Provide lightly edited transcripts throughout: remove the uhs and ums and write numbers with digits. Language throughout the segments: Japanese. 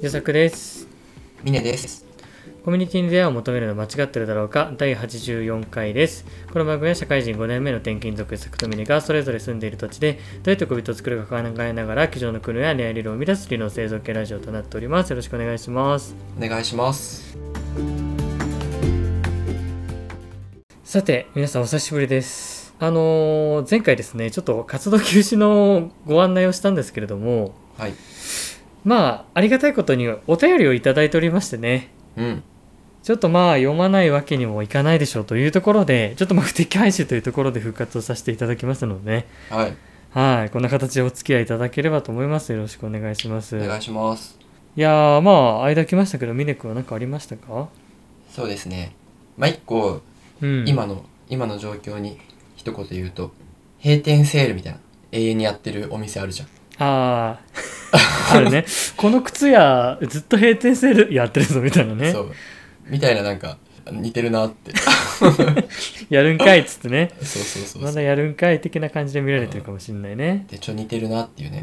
ゆさくです。 ミネです。 コミュニティに出会いを求めるの間違ってるだろうか第84回です。この番組は社会人5年目の転勤族ゆさくとミネがそれぞれ住んでいる土地でどうやって恋人を作るか考えながら机上の苦悩や恋愛理論を生み出す理論製造系ラジオとなっております。よろしくお願いします。 お願いします。 さて皆さんお久しぶりです。前回ですねちょっと活動休止のご案内をしたんですけれども、 はい。 ありがたいことにお便りをいただいておりましてね、ちょっと読まないわけにもいかないでしょうというところで、ちょっと不定期配信というところで復活をさせていただきますので、はい、こんな形でお付き合いいただければと思います。よろしくお願いします。 お願いします。 いやー、間来ましたけど、峰君は何かありましたか？ そうですね。一個、今の状況に一言言うと、閉店セールみたいな、永遠にやってるお店あるじゃん。 あるね。この靴屋、ずっと閉店セールやってるぞみたいなね。 そう。みたいな似てるなって。 やるんかいっつってね。 そう。 まだやるんかい的な感じで見られてるかもしれないね。 で、似てるなっていうね。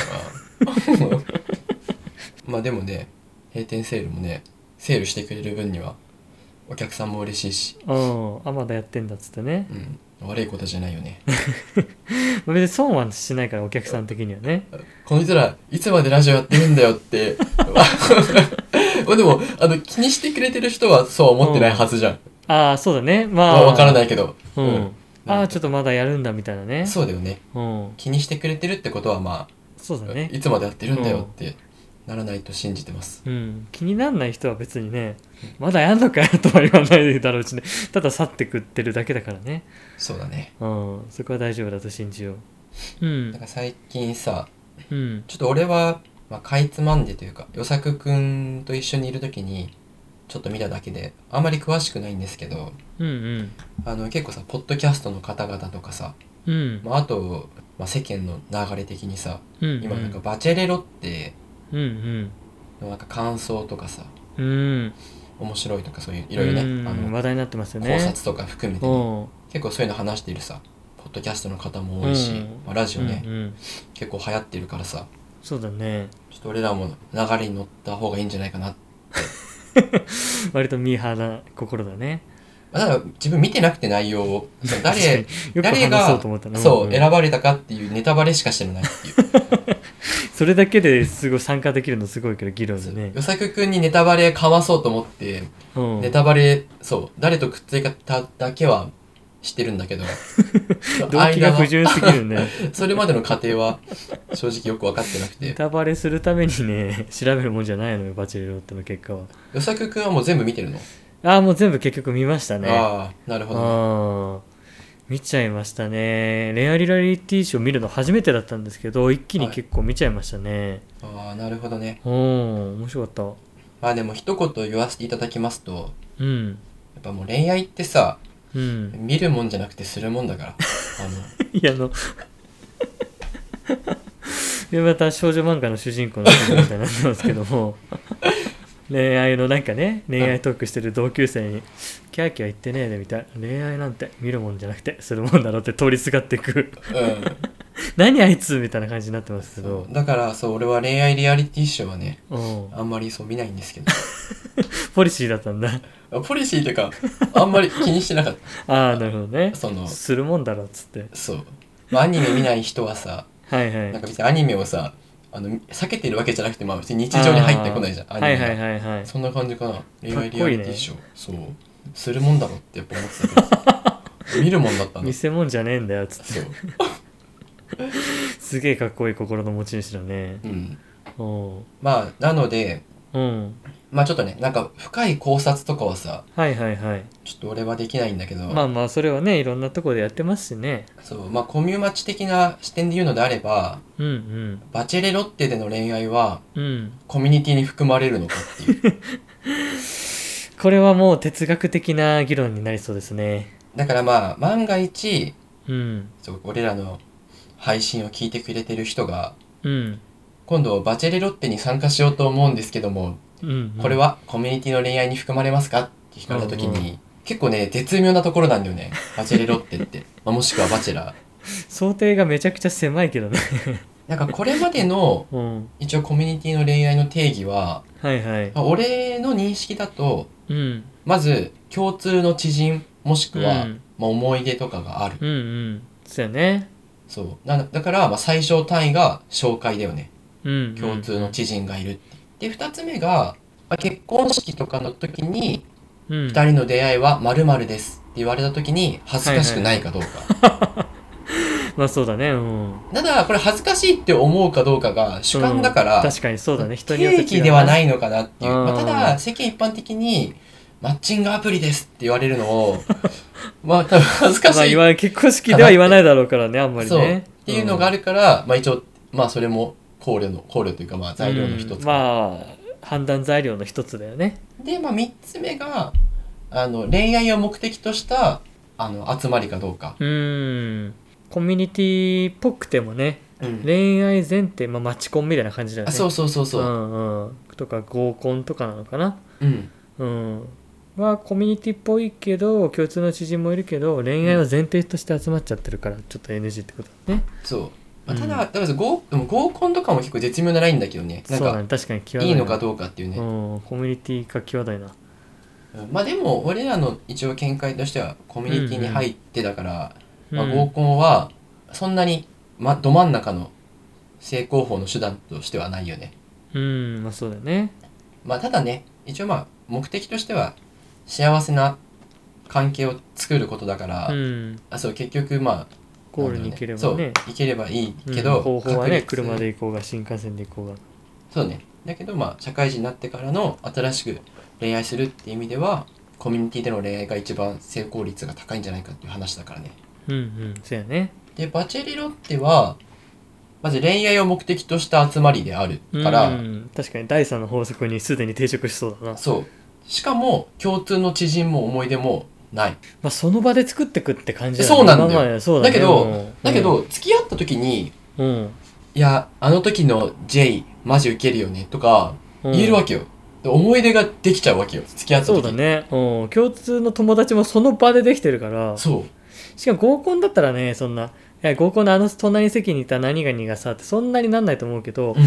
でもね、閉店セールもね、セールしてくれる分には、お客さんも嬉しいし。 まだやってんだっつってね。 悪いことじゃないよね。 別に損はしないから、お客さん的にはね。 この人らいつまでラジオやってるんだよってでも気にしてくれてる人はそう思ってないはずじゃん。 そうだね。 わからないけど、 ちょっとまだやるんだみたいなね。 そうだよね。気にしてくれてるってことはそうだね。 いつまでやってるんだよってならないと信じてます。 気にならない人は別にね、まだやんのかよとは言わないだろうしね。ただ去ってくってるだけだからね。 そうだね。 そこは大丈夫だと信じよう。 なんか最近さ、 ちょっと俺は、かいつまんでというか、よさくくんと一緒にいるときにちょっと見ただけであんまり詳しくないんですけど、結構さ、ポッドキャストの方々とかさ、あと、世間の流れ的にさ、今なんかバチェレロってなんか感想とかさ、面白いとかそういういろいろね、 話題になってますよね。 考察とか含めて、結構そういうの話しているさ、ポッドキャストの方も多いし、ラジオね、結構流行ってるからさ、 そうだね。 ちょっと俺らも流れに乗った方がいいんじゃないかなって割とミーハーな心だね。 だから自分見てなくて内容を誰がそう選ばれたかっていうネタバレしかしてないっていうそれだけですごい参加できるのすごいけど、議論でね。 よさくくんにネタバレかわそうと思って、ネタバレ誰とくっついただけは知ってるんだけど動機が不純すぎるねそれまでの過程は正直よく分かってなくて、 ネタバレするためにね調べるもんじゃないのよ、バチェレロッテの結果は。 よさくくんはもう全部見てるの？ もう全部結局見ましたね。 なるほど、 見ちゃいましたね。恋愛リアリティショー見るの初めてだったんですけど、一気に結構見ちゃいましたね。 なるほどね。 面白かった。 でも一言言わせていただきますと、やっぱもう恋愛ってさ、見るもんじゃなくてするもんだからいやまた少女漫画の主人公の人みたいになってますけども恋愛の恋愛トークしてる同級生にキャーキャー言ってねえでみたいな、恋愛なんて見るもんじゃなくてするもんだろって通りすがっていく何あいつみたいな感じになってますけど、 だから俺は恋愛リアリティショーはね、あんまり見ないんですけどポリシーだったんだ。 ポリシーというかあんまり気にしてなかったなるほどね。するもんだろっつって。 アニメ見ない人はさなんか別にアニメをさ避けてるわけじゃなくて、別に日常に入ってこないじゃん、アニメが。そんな感じかな。恋愛リアリティショー、するもんだろってやっぱ思ってたけど見るもんだったの。 見せもんじゃねえんだよっつってすげえかっこいい心の持ち主だね。 なのでちょっとね、なんか深い考察とかはさ、ちょっと俺はできないんだけど、 それはねいろんなところでやってますしね。 コミュマチ的な視点で言うのであれば、バチェレロッテでの恋愛は、コミュニティに含まれるのかっていうこれはもう哲学的な議論になりそうですね。 だから万が一、俺らの配信を聞いてくれてる人が、今度バチェレロッテに参加しようと思うんですけども、これはコミュニティの恋愛に含まれますかって聞かれた時に、結構ね絶妙なところなんだよね、バチェレロッテってもしくはバチェラー。 想定がめちゃくちゃ狭いけどねなんかこれまでのうん一応コミュニティの恋愛の定義は、 はいはい。 俺の認識だと、 うんまず共通の知人もしくは、 うん思い出とかがある。 うんうんそうやね。 そうだから、最小単位が紹介だよね。 うん共通の知人がいるって。で二つ目が、結婚式とかの時にうん二人の出会いは〇〇ですって言われた時に恥ずかしくないかどうか。 まあそうだね。うんただこれ恥ずかしいって思うかどうかが主観だから、 確かにそうだね。人によって違う。 定義ではないのかなっていう。たうんだ世間一般的にマッチングアプリですって言われるのを多分恥ずかしい。 結婚式では言わないだろうからね、あんまりね。 そうっていうのがあるから、一応それも考慮というか材料の一つ、 判断材料の一つだよね。 で3つ目が恋愛を目的とした集まりかどうか。 コミュニティっぽくてもね、恋愛前提、マッチコンみたいな感じだよね。 そうそうそうそう、 とか合コンとかなのかな。 うんはコミュニティっぽいけど共通の知人もいるけど恋愛を前提として集まっちゃってるからちょっと NG ってことだね。 そう、ただでも合コンとかも結構絶妙なラインだけどね。なんかそうだね、確かに際どいいのかどうかっていうね。 コミュニティか際どいな。 でも俺らの一応見解としてはコミュニティに入ってだから、合コンはそんなに、ど真ん中の正攻法の手段としてはないよね。 そうだよね。 ただね、一応目的としては幸せな関係を作ることだから、そう結局ゴールに行ければね、 そう行ければいいけど、 方法はね車で行こうが新幹線で行こうが。 そうね。だけど社会人になってからの新しく恋愛するっていう意味ではコミュニティでの恋愛が一番成功率が高いんじゃないかっていう話だからね。 そうやね。 でバチェリロッテはまず恋愛を目的とした集まりであるから、 確かに第三の法則にすでに抵触しそうだな。 そうしかも共通の知人も思い出もない。 その場で作ってくって感じだね。そうなんだよ。だけど、付き合った時に、いやあの時の J マジウケるよねとか言えるわけよ。思い出ができちゃうわけよ、付き合った時に。 そうだね。共通の友達もその場でできてるから。 そうしかも合コンだったらね、そんな、合コンの隣席にいた何々がさってそんなになんないと思うけど、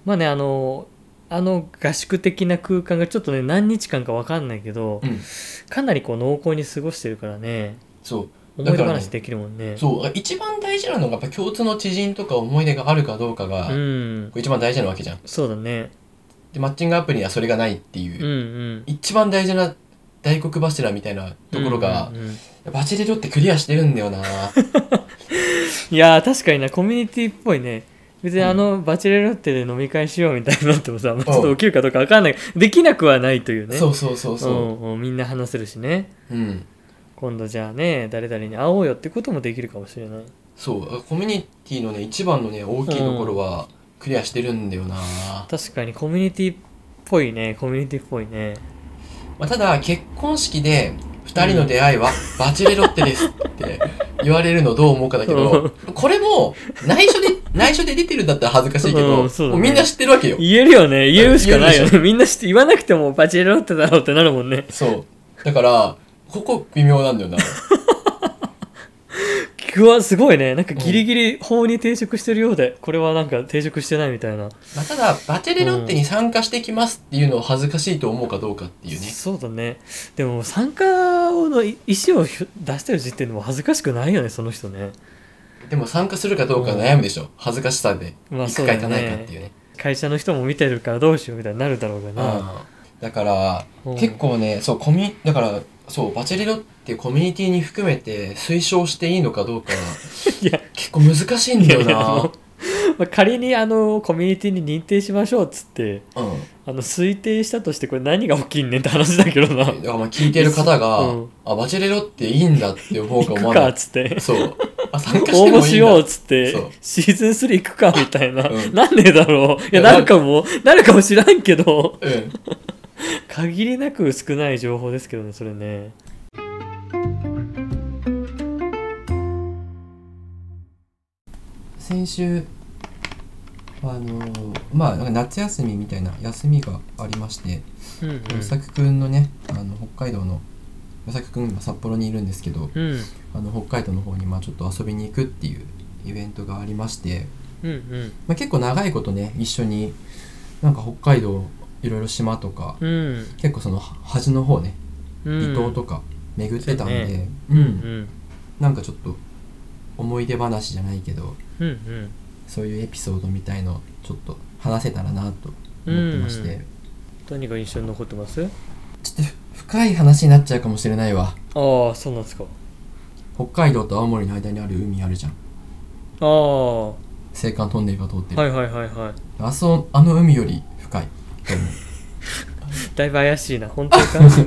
合宿的な空間がちょっとね何日間か分かんないけど、かなり濃厚に過ごしてるからね。 そう思い出話できるもんね。 そう一番大事なのがやっぱ共通の知人とか思い出があるかどうかが、一番大事なわけじゃん。 そうだね。 でマッチングアプリにはそれがないっていう、一番大事な大黒柱みたいなところが、バチェレロってクリアしてるんだよな。 いや確かにな、コミュニティっぽいね。別にバチェレロッテで飲み会しようみたいになってもさ、ちょっと起きるかどうか分かんない、できなくはないというね。 そうみんな話せるしね。今度じゃあね誰々に会おうよってこともできるかもしれない。 そうコミュニティのね一番のね大きいところはクリアしてるんだよな。 確かにコミュニティっぽいね。 ただ結婚式で2人の出会いはバチェレロッテですって言われるのどう思うかだけど、これも内緒で出てるんだったら恥ずかしいけど、もうみんな知ってるわけよ。 言えるよね。言えるしかないよね。みんな言わなくてもバチェレロッテだろうってなるもんね。 そうだからここ微妙なんだよな。 すごいね。なんかギリギリ法に抵触してるようで、これはなんか抵触してないみたいな。 ただバチェレロッテに参加してきますっていうのを恥ずかしいと思うかどうかっていうね。 そうだね。でも参加の意思を出してる時点でも恥ずかしくないよね、その人ね。 でも参加するかどうか悩むでしょ、恥ずかしさで行くか行かないかっていうね。 会社の人も見てるからどうしようみたいになるだろうがな。 だから結構ね、だからバチェレロってコミュニティに含めて推奨していいのかどうかいや結構難しいんだよな。 仮にコミュニティに認定しましょうっつって、推定したとしてこれ何が起きんねんって話だけどな。だから聞いてる方が、バチェレロっていいんだって思うか思わない。 行くかっつってそう参加してもいいんだ、 応募しようっつってシーズン3行くかみたいな、なんねえだろう。いやなるかも知らんけど、限りなく少ない情報ですけどね、それね。 先週夏休みみたいな休みがありまして、与作くんのね北海道の与作くん今札幌にいるんですけど、北海道の方にちょっと遊びに行くっていうイベントがありまして、 うんうん、 まあ、結構長いことね一緒になんか北海道いろいろ島とか、 うん、 結構その端の方ね、離島とか巡ってたんで、 ね、 うん、 うん、 なんかちょっと思い出話じゃないけど、 うんうん、 そういうエピソードみたいのちょっと話せたらなと思ってまして、 何が印象に残ってます？ ちょっと深い話になっちゃうかもしれないわ。 ああ、そうなんですか。 北海道と青森の間にある海あるじゃん。 ああ、 青函トンネルが通ってる、 はいはいはいはい。 あの海より深いと思う。 だいぶ怪しいな、本当か？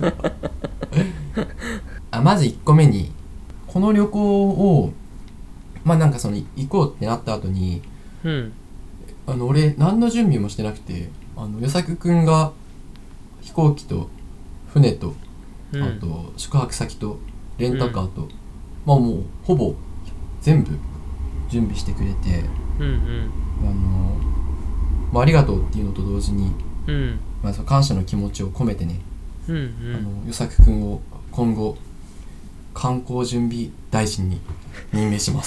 まず1個目にこの旅行をまあなんかその行こうってなった後に、 うん、 俺何の準備もしてなくて、与作くんが飛行機と船と、 うん、 あと宿泊先とレンタカーと、まあもうほぼ全部準備してくれて、 うんうんまあ、ありがとうっていうのと同時に、 うんまあ、その感謝の気持ちを込めてね、 うんうん、 与作くんを今後観光準備大臣に任命します。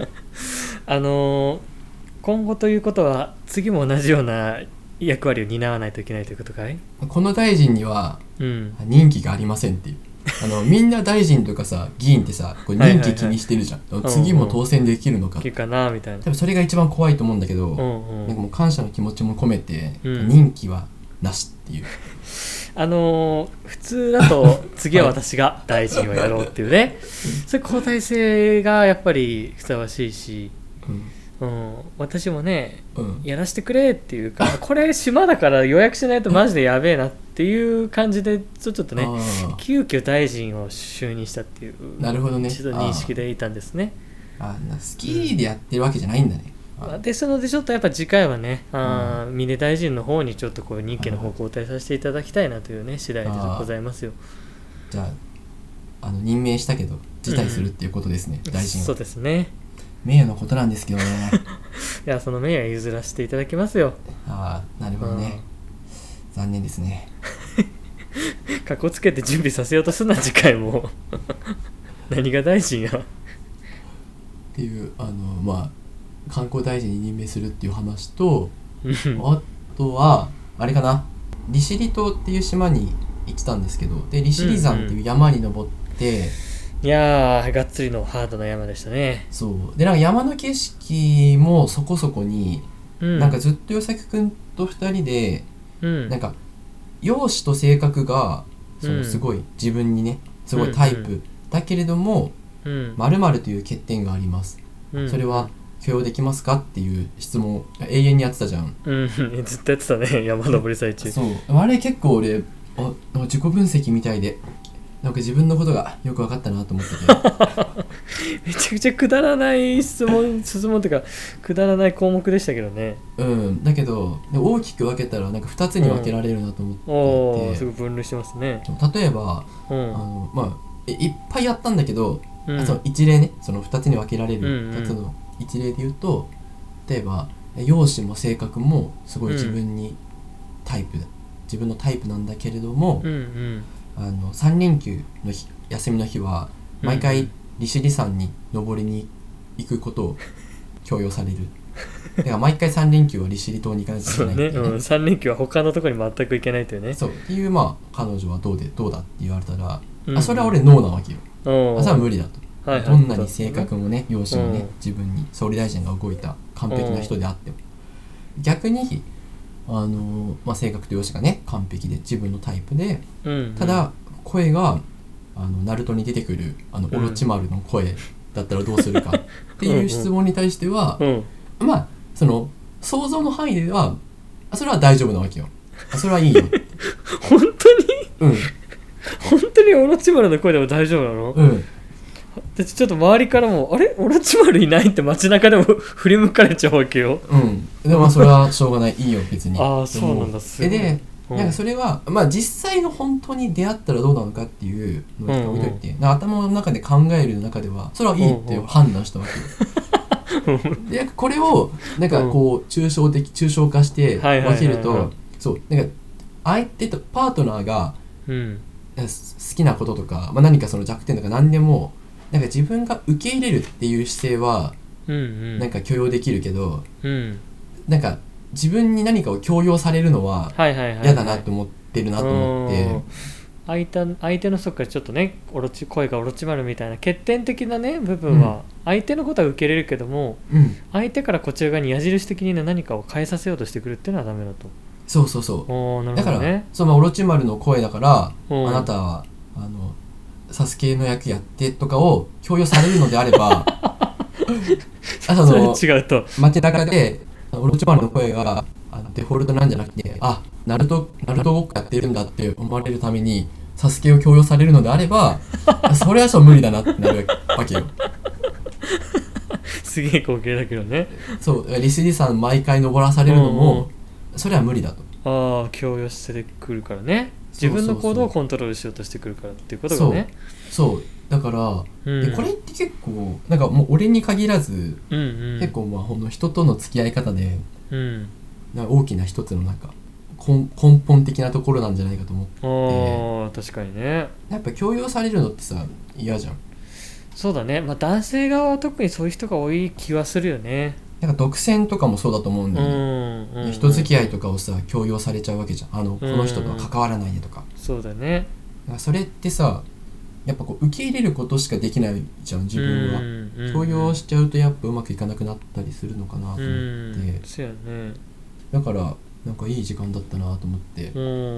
今後ということは次も同じような役割を担わないといけないということかい？ この大臣には任期がありませんっていう、みんな大臣とかさ議員ってさこう任期気にしてるじゃん、はいはいはい、次も当選できるのか、 いいかなみたいな。 多分それが一番怖いと思うんだけど、 うんうん、 なんかもう感謝の気持ちも込めて、 うん、 任期はなしっていう。 普通だと次は私が大臣をやろうっていうね、はい、そういう交代制がやっぱりふさわしいし、うん、私もね、やらせてくれっていうかこれ島だから予約しないとマジでやべえなっていう感じでちょっとね急遽大臣を就任したっていう、 なるほどね、 一度認識でいたんですね。 好きでやってるわけじゃないんだね。 ですのでちょっとやっぱ次回はね峰大臣の方にちょっとこう任期の方交代させていただきたいなというね次第でございますよ。 じゃあ任命したけど辞退するっていうことですね、大臣は。 そうですね、 名誉のことなんですけどね。 いやその名誉は譲らせていただきますよ。 なるほどね、残念ですね。 かっこつけて準備させようとすんな次回も。何が大臣やっていうまあ観光大臣に任命するっていう話とあとはあれかな、利尻島っていう島に行ってたんですけど、で利尻山っていう山に登って、 いやーがっつりのハードな山でしたね。 そうでなんか山の景色もそこそこに、なんかずっと与作くんと2人で、なんか容姿と性格がすごい自分にねすごいタイプだけれども、〇〇という欠点があります、それは許容できますかっていう質問を永遠にやってたじゃん。 ずっとやってたね山登り最中。 そうあれ結構俺自己分析みたいでなんか自分のことがよく分かったなと思ってて。 めちゃくちゃくだらない質問っていうかくだらない項目でしたけどね。 だけど大きく分けたらなんか2つに分けられるなと思っていて、 すごい分類してますね。 例えば、まあいっぱいやったんだけど、その一例ね、その2つに分けられる2つの一例で言うと、例えば容姿も性格もすごい自分に自分のタイプなんだけれども、3連休の休みの日は毎回利尻山に登りに行くことを強要される。だから毎回3連休は利尻島に行かないといけないっていう、ね。 そうね、3連休は他のところに全く行けないというね。 そうっていう彼女はどうだって言われたら、それは俺ノーなわけよ。それは無理だと。どんなに性格もね容姿もね、自分に総理大臣が動いた完璧な人であっても、逆に性格と容姿がね完璧で自分のタイプで、ただ声がナルトに出てくるオロチマルの声だったらどうするかっていう質問に対しては、まあその想像の範囲ではそれは大丈夫なわけよ。それはいいよ。 本当に？本当にオロチマルの声でも大丈夫なの？でちょっと周りからもあれオロチマルいないって街中でも振り向かれちゃうわけよ。 でもそれはしょうがない、いいよ別に。 そうなんだ。 でなんかそれは実際の本当に出会ったらどうなのかっていうのを置いといて、頭の中で考える中ではそれはいいって判断したわけよ。でこれをなんかこう抽象化して分けると、そうなんか相手とパートナーが好きなこととか、何かその弱点とか何でもなんか自分が受け入れるっていう姿勢はなんか許容できるけど、 うん、 なんか自分に何かを強要されるのは嫌だなと思ってるなと思って、 相手のそっかちょっとね声がおろちまるみたいな欠点的なね部分は相手のことは受け入れるけども、相手からこちら側に矢印的に、ね、何かを変えさせようとしてくるっていうのはダメだと。 そうそうそう、 なるほどね、 だからそのオロチマルの声だからあなたはサスケの役やってとかを強要されるのであればそれ違うと街中でオロチマルの声がデフォルトなんじゃなくて、ナルトごっこやってるんだって思われるためにサスケを強要されるのであればそれはちょっと無理だなってなるわけよすげえ光景だけどね。 そうリスリさん毎回登らされるのもそれは無理だと。 強要してくるからね、自分の行動をコントロールしようとしてくるからっていうことがね。 そうだから、これって結構なんかもう俺に限らず、結構ほんの人との付き合い方で、なんか大きな一つのなんか根本的なところなんじゃないかと思って。 確かにね。 やっぱ強要されるのってさ嫌じゃん。 そうだね、男性側は特にそういう人が多い気はするよね。 なんか独占とかもそうだと思うんだよね。人付き合いとかをさ強要されちゃうわけじゃん。この人とは関わらないでとか。 そうだね。 それってさやっぱこう受け入れることしかできないじゃん自分は。強要しちゃうとやっぱうまくいかなくなったりするのかなと思って。 そうやね。 だからなんかいい時間だったなと思って。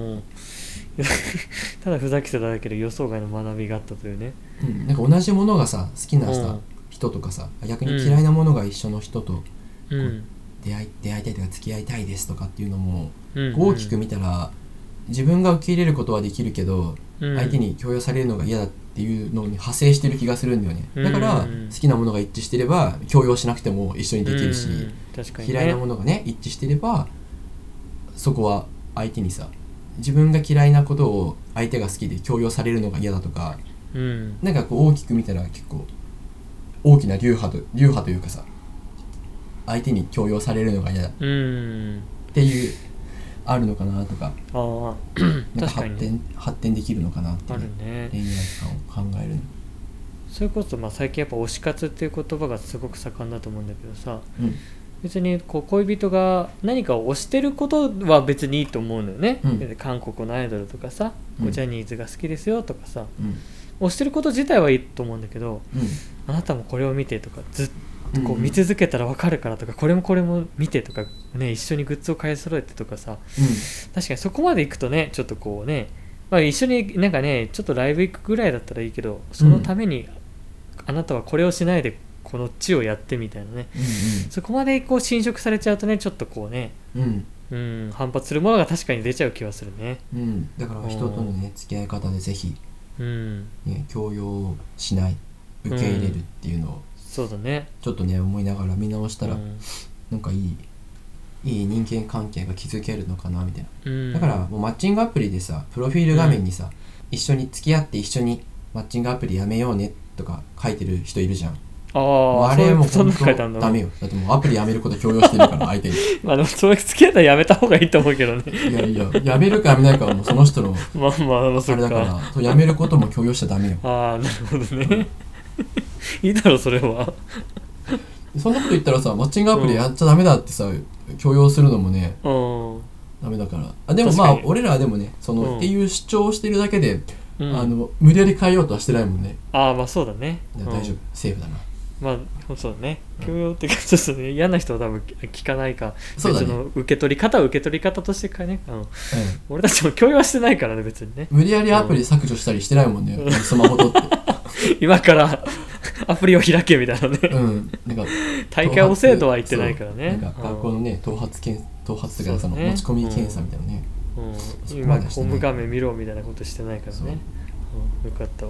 ただふざけてただけで予想外の学びがあったというね。 なんか同じものがさ好きな人とかさ逆に嫌いなものが一緒の人と出会いたいとか付き合いたいですとかっていうのも大きく見たら自分が受け入れることはできるけど相手に強要されるのが嫌だっていうのに派生してる気がするんだよね。だから好きなものが一致してれば強要しなくても一緒にできるし、嫌いなものがね一致してればそこは相手にさ自分が嫌いなことを相手が好きで強要されるのが嫌だとか、なんかこう大きく見たら結構大きな流派というかさ相手に強要されるのが嫌だっていうあるのかなとか、なんか発展できるのかなっていう、恋愛観を考えるの。 それこそ最近やっぱ推し活っていう言葉がすごく盛んだと思うんだけどさ、別にこう恋人が何かを推してることは別にいいと思うのよね。韓国のアイドルとかさ、ジャニーズが好きですよとかさ、推してること自体はいいと思うんだけど、あなたもこれを見てとかずっとこう見続けたら分かるからとか、これも見てとかね、一緒にグッズを買い揃えてとかさ、確かにそこまで行くとねちょっとこうね、一緒になんかねちょっとライブ行くぐらいだったらいいけど、そのためにあなたはこれをしないでこの地をやってみたいなね、そこまでこう侵食されちゃうとねちょっとこうね、反発するものが確かに出ちゃう気はするね。 だから人とのね付き合い方でぜひ、強要しない受け入れるっていうのを、 そうだね、 ちょっとね思いながら見直したら、なんかいい人間関係が築けるのかなみたいな、だからもうマッチングアプリでさプロフィール画面にさ、一緒に付き合って一緒にマッチングアプリやめようねとか書いてる人いるじゃん。あれも本当ダメよ。だってもうアプリやめること強要してるから相手に。 でもそれ付き合ったらやめた方がいいと思うけどね。 いややめるかやめないかはもうその人のあれだからやめることも強要しちゃダメよ。 なるほどね。いいだろそれは。 そんなこと言ったらさマッチングアプリやっちゃダメだってさ強要するのもねダメだから。でも俺らはでもねっていう主張をしてるだけで、無理やり変えようとはしてないもんね。 そうだね。 大丈夫、セーフだな。 そうだね。強要っていうかちょっとね嫌な人は多分聞かないか。 そうだね。 受け取り方としてかね。俺たちも強要はしてないからね別にね。 無理やりアプリ削除したりしてないもんね。スマホ取って。 今からアプリを開けみたいなね。 なんか大会汚染とは言ってないからね。 なんか学校のね頭髪とか持ち込み検査みたいなね。 今ホーム画面見ろみたいなことしてないからね。よかったわ。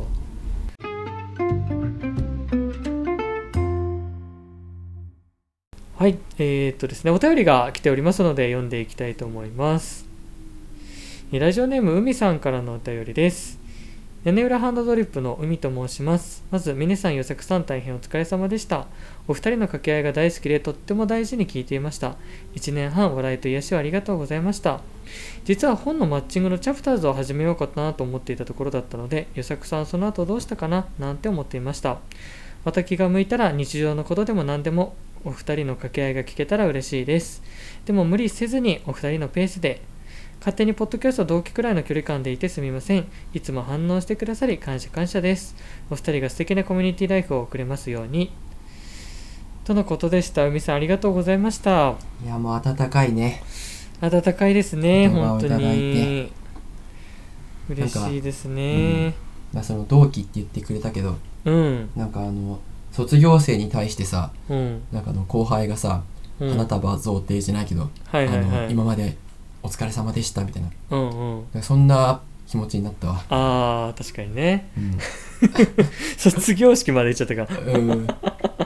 はい、ですね、お便りが来ておりますので読んでいきたいと思います。ラジオネーム海さんからのお便りです。屋根裏ハンドドリップの海と申します。まず峰さん、与作さん、大変お疲れ様でした。お二人の掛け合いが大好きでとっても大事に聞いていました。1年半笑いと癒しをありがとうございました。実は本のマッチングのチャプターズを始めようかなと思っていたところだったので、与作さんその後どうしたかななんて思っていました。 また気が向いたら日常のことでも何でもお二人の掛け合いが聞けたら嬉しいです。でも無理せずにお二人のペースで、勝手にポッドキャスト同期くらいの距離感でいてすみません。いつも反応してくださり感謝です。お二人が素敵なコミュニティライフを送れますように。とのことでした。海さんありがとうございました。 いや、もう温かいね。 温かいですね。本当言葉をいただいにて嬉しいですね。 その同期って言ってくれたけど、なんか卒業生に対してさ、なんか後輩がさ、花束贈呈じゃないけど、今までお疲れ様でしたみたいな、そんな気持ちになったわ。 あー確かにね、卒業式まで行っちゃったから、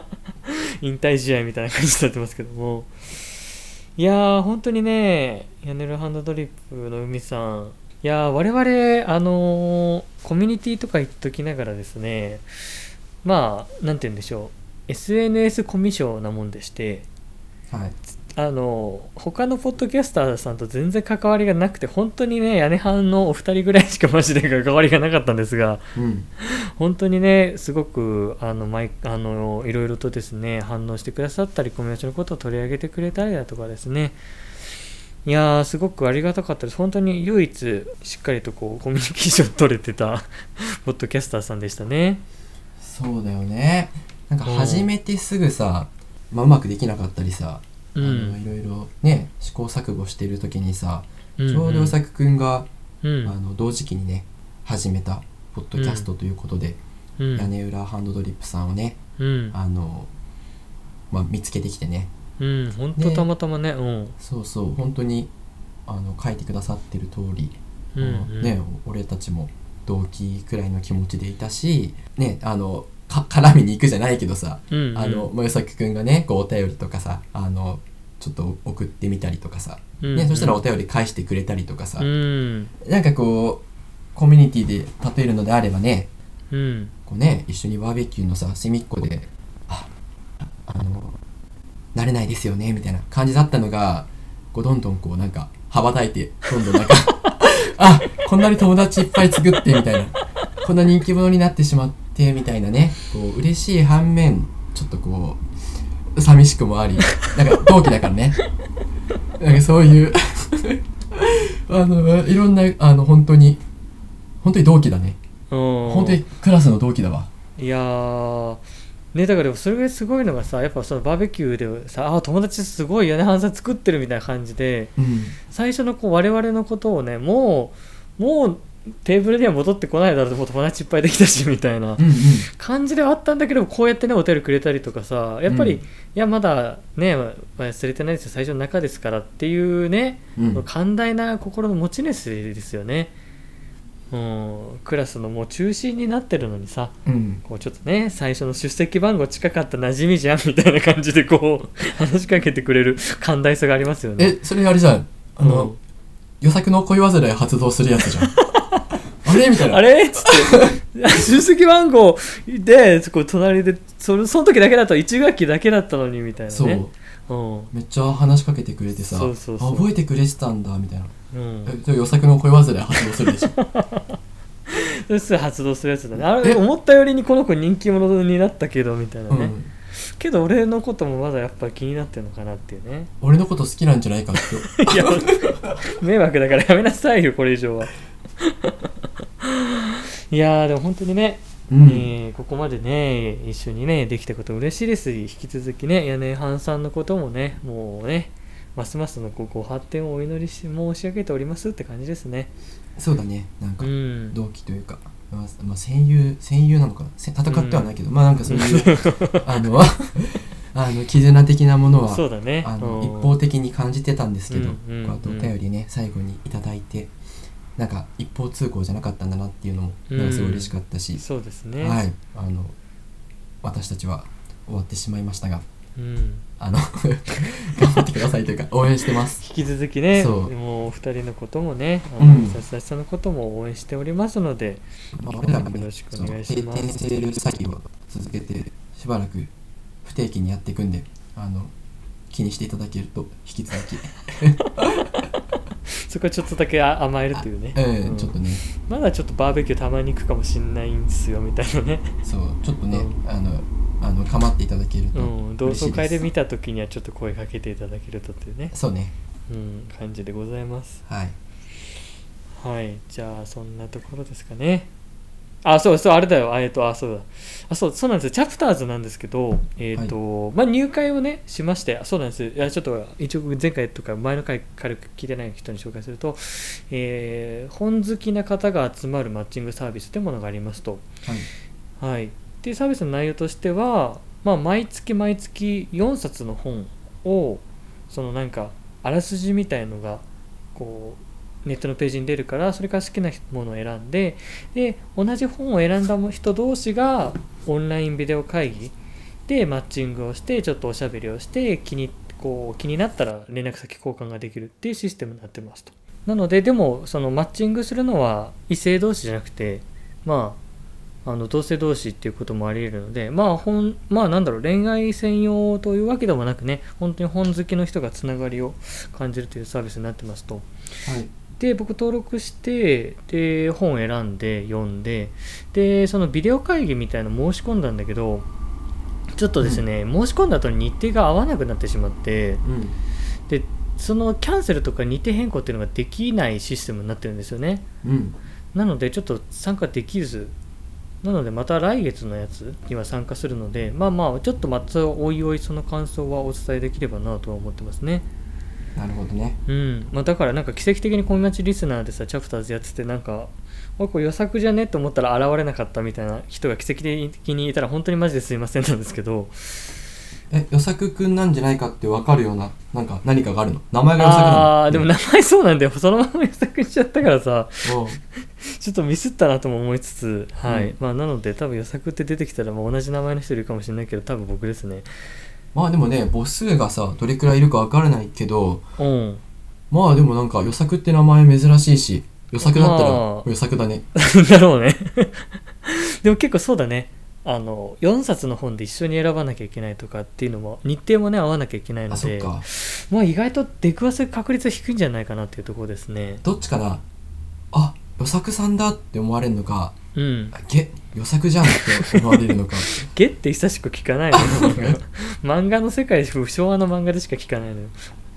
引退試合みたいな感じになってますけども、いやー本当にね、ヤネルハンドドリップの海さん、いやー我々コミュニティとか言っときながらですね、まあなんて言うんでしょう、 SNS コミュ障なもんでして、他のポッドキャスターさんと全然関わりがなくて、本当にね屋根班のお二人ぐらいしかマジで関わりがなかったんですが、本当にねすごくいろいろとですね反応してくださったり、コミュニティのことを取り上げてくれたりだとかですね、いやーすごくありがたかったです。本当に唯一しっかりとコミュニケーション取れてたポッドキャスターさんでしたね。 そうだよね。なんか始めてすぐさ、うまくできなかったりさ、いろいろね試行錯誤してる時にさ、ちょうど与作くんが、同時期にね始めたポッドキャストということで、屋根裏ハンドドリップさんをね、見つけてきてね、 本当たまたまね、 そう本当に書いてくださってる通り、俺たちも同期くらいの気持ちでいたしね、絡みに行くじゃないけどさ、与作くんがねお便りとかさ、ちょっと送ってみたりとかさ、そしたらお便り返してくれたりとかさ、なんかコミュニティで例えるのであればね、一緒にバーベキューのさ隅っこで慣れないですよねみたいな感じだったのが、どんどんなんか羽ばたいて、どんどんなんかこんなに友達いっぱい作ってみたいな、こんな人気者になってしまってみたいなね、嬉しい反面ちょっと寂しくもあり、なんか同期だからねなんかそういういろんな本当に同期だね。本当にクラスの同期だわ。 いやーね、だからそれがすごいのがさ、やっぱそのバーベキューでさ、友達すごい屋根半さん作ってるみたいな感じで、最初の我々のことをね、もうテーブルには戻ってこないだろうと、もう友達いっぱいできたしみたいな感じではあったんだけど、こうやってねお便りくれたりとかさ、やっぱり、いやまだね忘れてないですよ、最初の中ですからっていうね、寛大な心の持ち主ですよね。クラスのもう中心になってるのにさ、ちょっとね最初の出席番号近かった馴染みじゃんみたいな感じで話しかけてくれる寛大さがありますよね。 それあれじゃん、与作の恋煩い発動するやつじゃんあれみたいな、 あれっつって出席番号で隣でその時だけだと1学期だけだったのにみたいなね。 めっちゃ話しかけてくれてさ、覚えてくれてたんだみたいな、与作の恋煩い発動するでしょそれすぐ発動するやつだね。あれ思ったよりにこの子人気者になったけどみたいなね、けど俺のこともまだやっぱり気になってるのかなっていうね。 俺のこと好きなんじゃないかっていや迷惑だからやめなさいよこれ以上はいやでも本当にね、ここまでね一緒にねできたこと嬉しいです。引き続きね屋根半さんのこともね、もうねますますのご発展をお祈りし申し上げておりますって感じですね。 そうだね、なんか同期というか、戦友なのかな、戦ってはないけど、なんかそういう絆的なものはそうだね、 一方的に感じてたんですけど、こうやってお便りね最後にいただいて、なんか一方通行じゃなかったんだなっていうのもなんかすごい嬉しかったし、 そうですね、 私たちは終わってしまいましたが、頑張ってくださいというか応援してます。 引き続きね、もうお二人のこともね、佐々木さんのことも応援しておりますので、よろしくお願いします。 定点セール詐欺を続けてしばらく不定期にやっていくんで、気にしていただけると引き続きそこはちょっとだけ甘えるというね、 ちょっとねまだちょっとバーベキューたまに行くかもしれないんですよみたいなね、 そうちょっとね、 構っていただけると同嬉しいです。 窓会で見た時にはちょっと声かけていただけるとっていうね、 そうね。 感じでございます。 はい。 はい、じゃあそんなところですかね。そうあれだよ、そうなんですよ。チャプターズなんですけど、入会をねしまして、そうなんです。いやちょっと一応前回とか前の回軽く聞いてない人に紹介すると、本好きな方が集まるマッチングサービスというものがありますと。はい。でサービスの内容としては、毎月毎月4冊の本をそのなんかあらすじみたいのがこうネットのページに出るから、それから好きなものを選んで、同じ本を選んだ人同士がオンラインビデオ会議でマッチングをして、ちょっとおしゃべりをして気になったら連絡先交換ができるっていうシステムになってますと。なのででもそのマッチングするのは異性同士じゃなくて、同性同士っていうこともあり得るので、恋愛専用というわけでもなくね、本当に本好きの人がつながりを感じるというサービスになってますと。 はい。 で僕登録して、で本を選んで読んで、でそのビデオ会議みたいなの申し込んだんだけど、ちょっとですね、申し込んだ後に日程が合わなくなってしまって、でそのキャンセルとか日程変更っていうのができないシステムになってるんですよね。なのでちょっと参加できず、なのでまた来月のやつには参加するので、ちょっとまたおいおいその感想はお伝えできればなとは思ってますね。 なるほどね。 だからなんか奇跡的にコミマチリスナーでさチャプターズやってて、なんかこれ予作じゃねと思ったら現れなかったみたいな人が奇跡的にいたら本当にマジですいませんなんですけど、 予作くんなんじゃないかって分かるような何かがあるの？名前が予作なの？ でも名前そうなんだよ。そのまま予作しちゃったからさちょっとミスったなとも思いつつ、なので多分予作って出てきたら同じ名前の人いるかもしれないけど、多分僕ですね。 でもね、母数がさどれくらいいるか分からないけど、でもなんか予作って名前珍しいし、予作だったら予作だね。 だろうねでも結構そうだね、4冊の本で一緒に選ばなきゃいけないとかっていうのも、日程もね合わなきゃいけないので、意外と出くわす確率は低いんじゃないかなっていうところですね。 どっちかな、予作さんだって思われるのか、予作じゃんって思われるのかゲって久しく聞かないの漫画の世界で昭和の漫画でしか聞かないのよ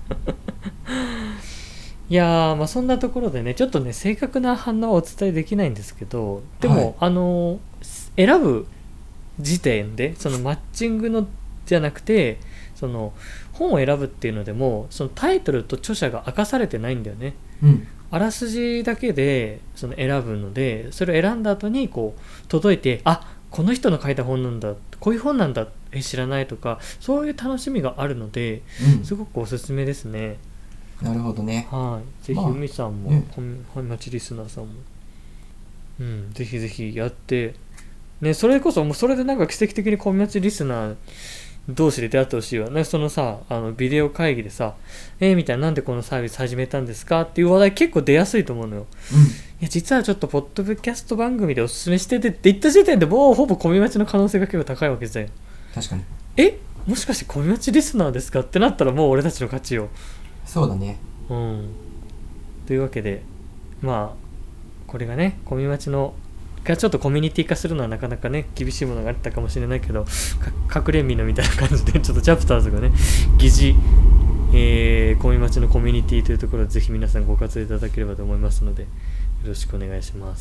いやそんなところでね、ちょっとね正確な反応はお伝えできないんですけど、でも、選ぶ時点でそのマッチングのじゃなくて、その本を選ぶっていうのでも、そのタイトルと著者が明かされてないんだよね。あらすじだけでその選ぶので、それを選んだ後に届いて、この人の書いた本なんだ、こういう本なんだ、知らないとか、そういう楽しみがあるので、すごくおすすめですね。 なるほどね。 ぜひ海さんも、本町リスナーさんも、ぜひぜひやってね、それこそもうそれでなんか奇跡的に本町リスナー同士で出会ってほしいわね。そのさ、ビデオ会議でさ、みたいな、なんでこのサービス始めたんですかっていう話題結構出やすいと思うのよ。いや実はちょっとポッドキャスト番組でおすすめしててって言った時点でもうほぼコミマチの可能性が結構高いわけじゃん。 確かに。 もしかしてコミマチリスナーですかってなったらもう俺たちの勝ちよ。 そうだね。 というわけで、これがね、コミマチのがちょっとコミュニティ化するのはなかなかね厳しいものがあったかもしれないけど、隠れみのみたいな感じでちょっとチャプターズがね疑似、コミマチのコミュニティというところでぜひ皆さんご活用いただければと思いますので、よろしくお願いします。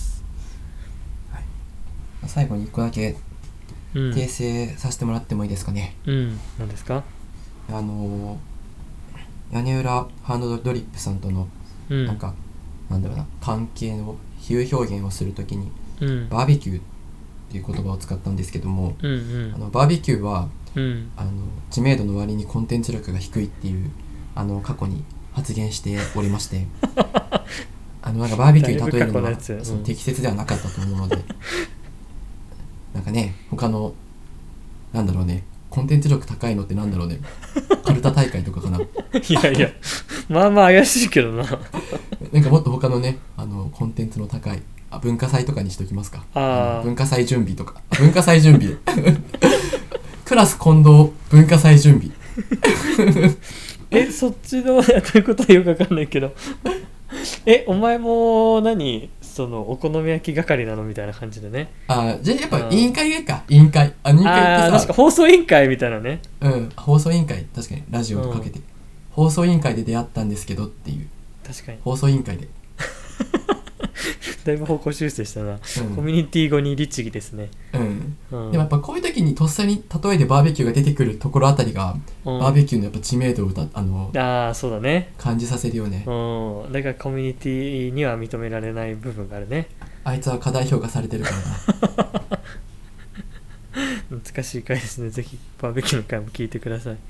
最後に1個だけ訂正させてもらってもいいですかね。 何ですか？ 屋根裏ハンドドリップさんとの関係の比喩表現をするときに、バーベキューっていう言葉を使ったんですけども、バーベキューは、知名度の割にコンテンツ力が低いっていう過去に発言しておりましてバーベキューに例えるのは適切ではなかったと思うので他のコンテンツ力高いのってなんだろうねカルタ大会とかかな。いや怪しいけどなもっと他のねコンテンツの高い文化祭とかにしときますか。文化祭準備とか文化祭準備クラス混同文化祭準備そっちのやってることはよくわかんないけどお前もそのお好み焼き係なのみたいな感じでね。 じゃあやっぱ委員会か、委員会委員会ってさ、 確か放送委員会みたいなね。 放送委員会、確かにラジオとかけて、放送委員会で出会ったんですけどっていう。 確かに放送委員会でだいぶ方向修正したな、コミュニティ語に律儀ですね。 でもやっぱこういう時にとっさに例えでバーベキューが出てくるところあたりが、バーベキューのやっぱ知名度をそうだね、 感じさせるよね。 だからコミュニティには認められない部分があるね。 あいつは過大評価されてるからな難しい回ですね。ぜひバーベキューの回も聞いてください。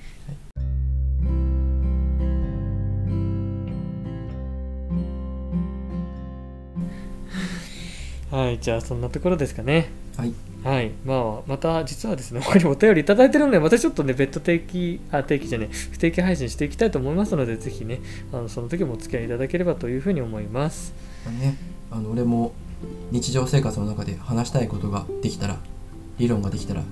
はい、じゃあそんなところですかね。はい、また実はですね、他にお便りいただいてるので、またちょっとね、別途不定期配信していきたいと思いますので、ぜひね、その時もお付き合いいただければというふうに思います。 俺も日常生活の中で話したいことができたら、理論ができたら、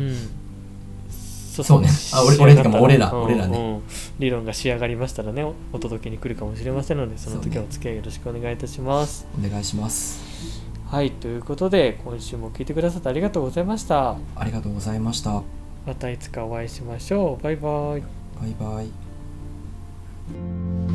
そうね。俺とかも俺らね、 理論が仕上がりましたらね、お届けに来るかもしれませんので、その時はお付き合いよろしくお願いいたします。 お願いします。 はい、ということで今週も聞いてくださってありがとうございました。 ありがとうございました。 またいつかお会いしましょう。バイバイ。 バイバイ。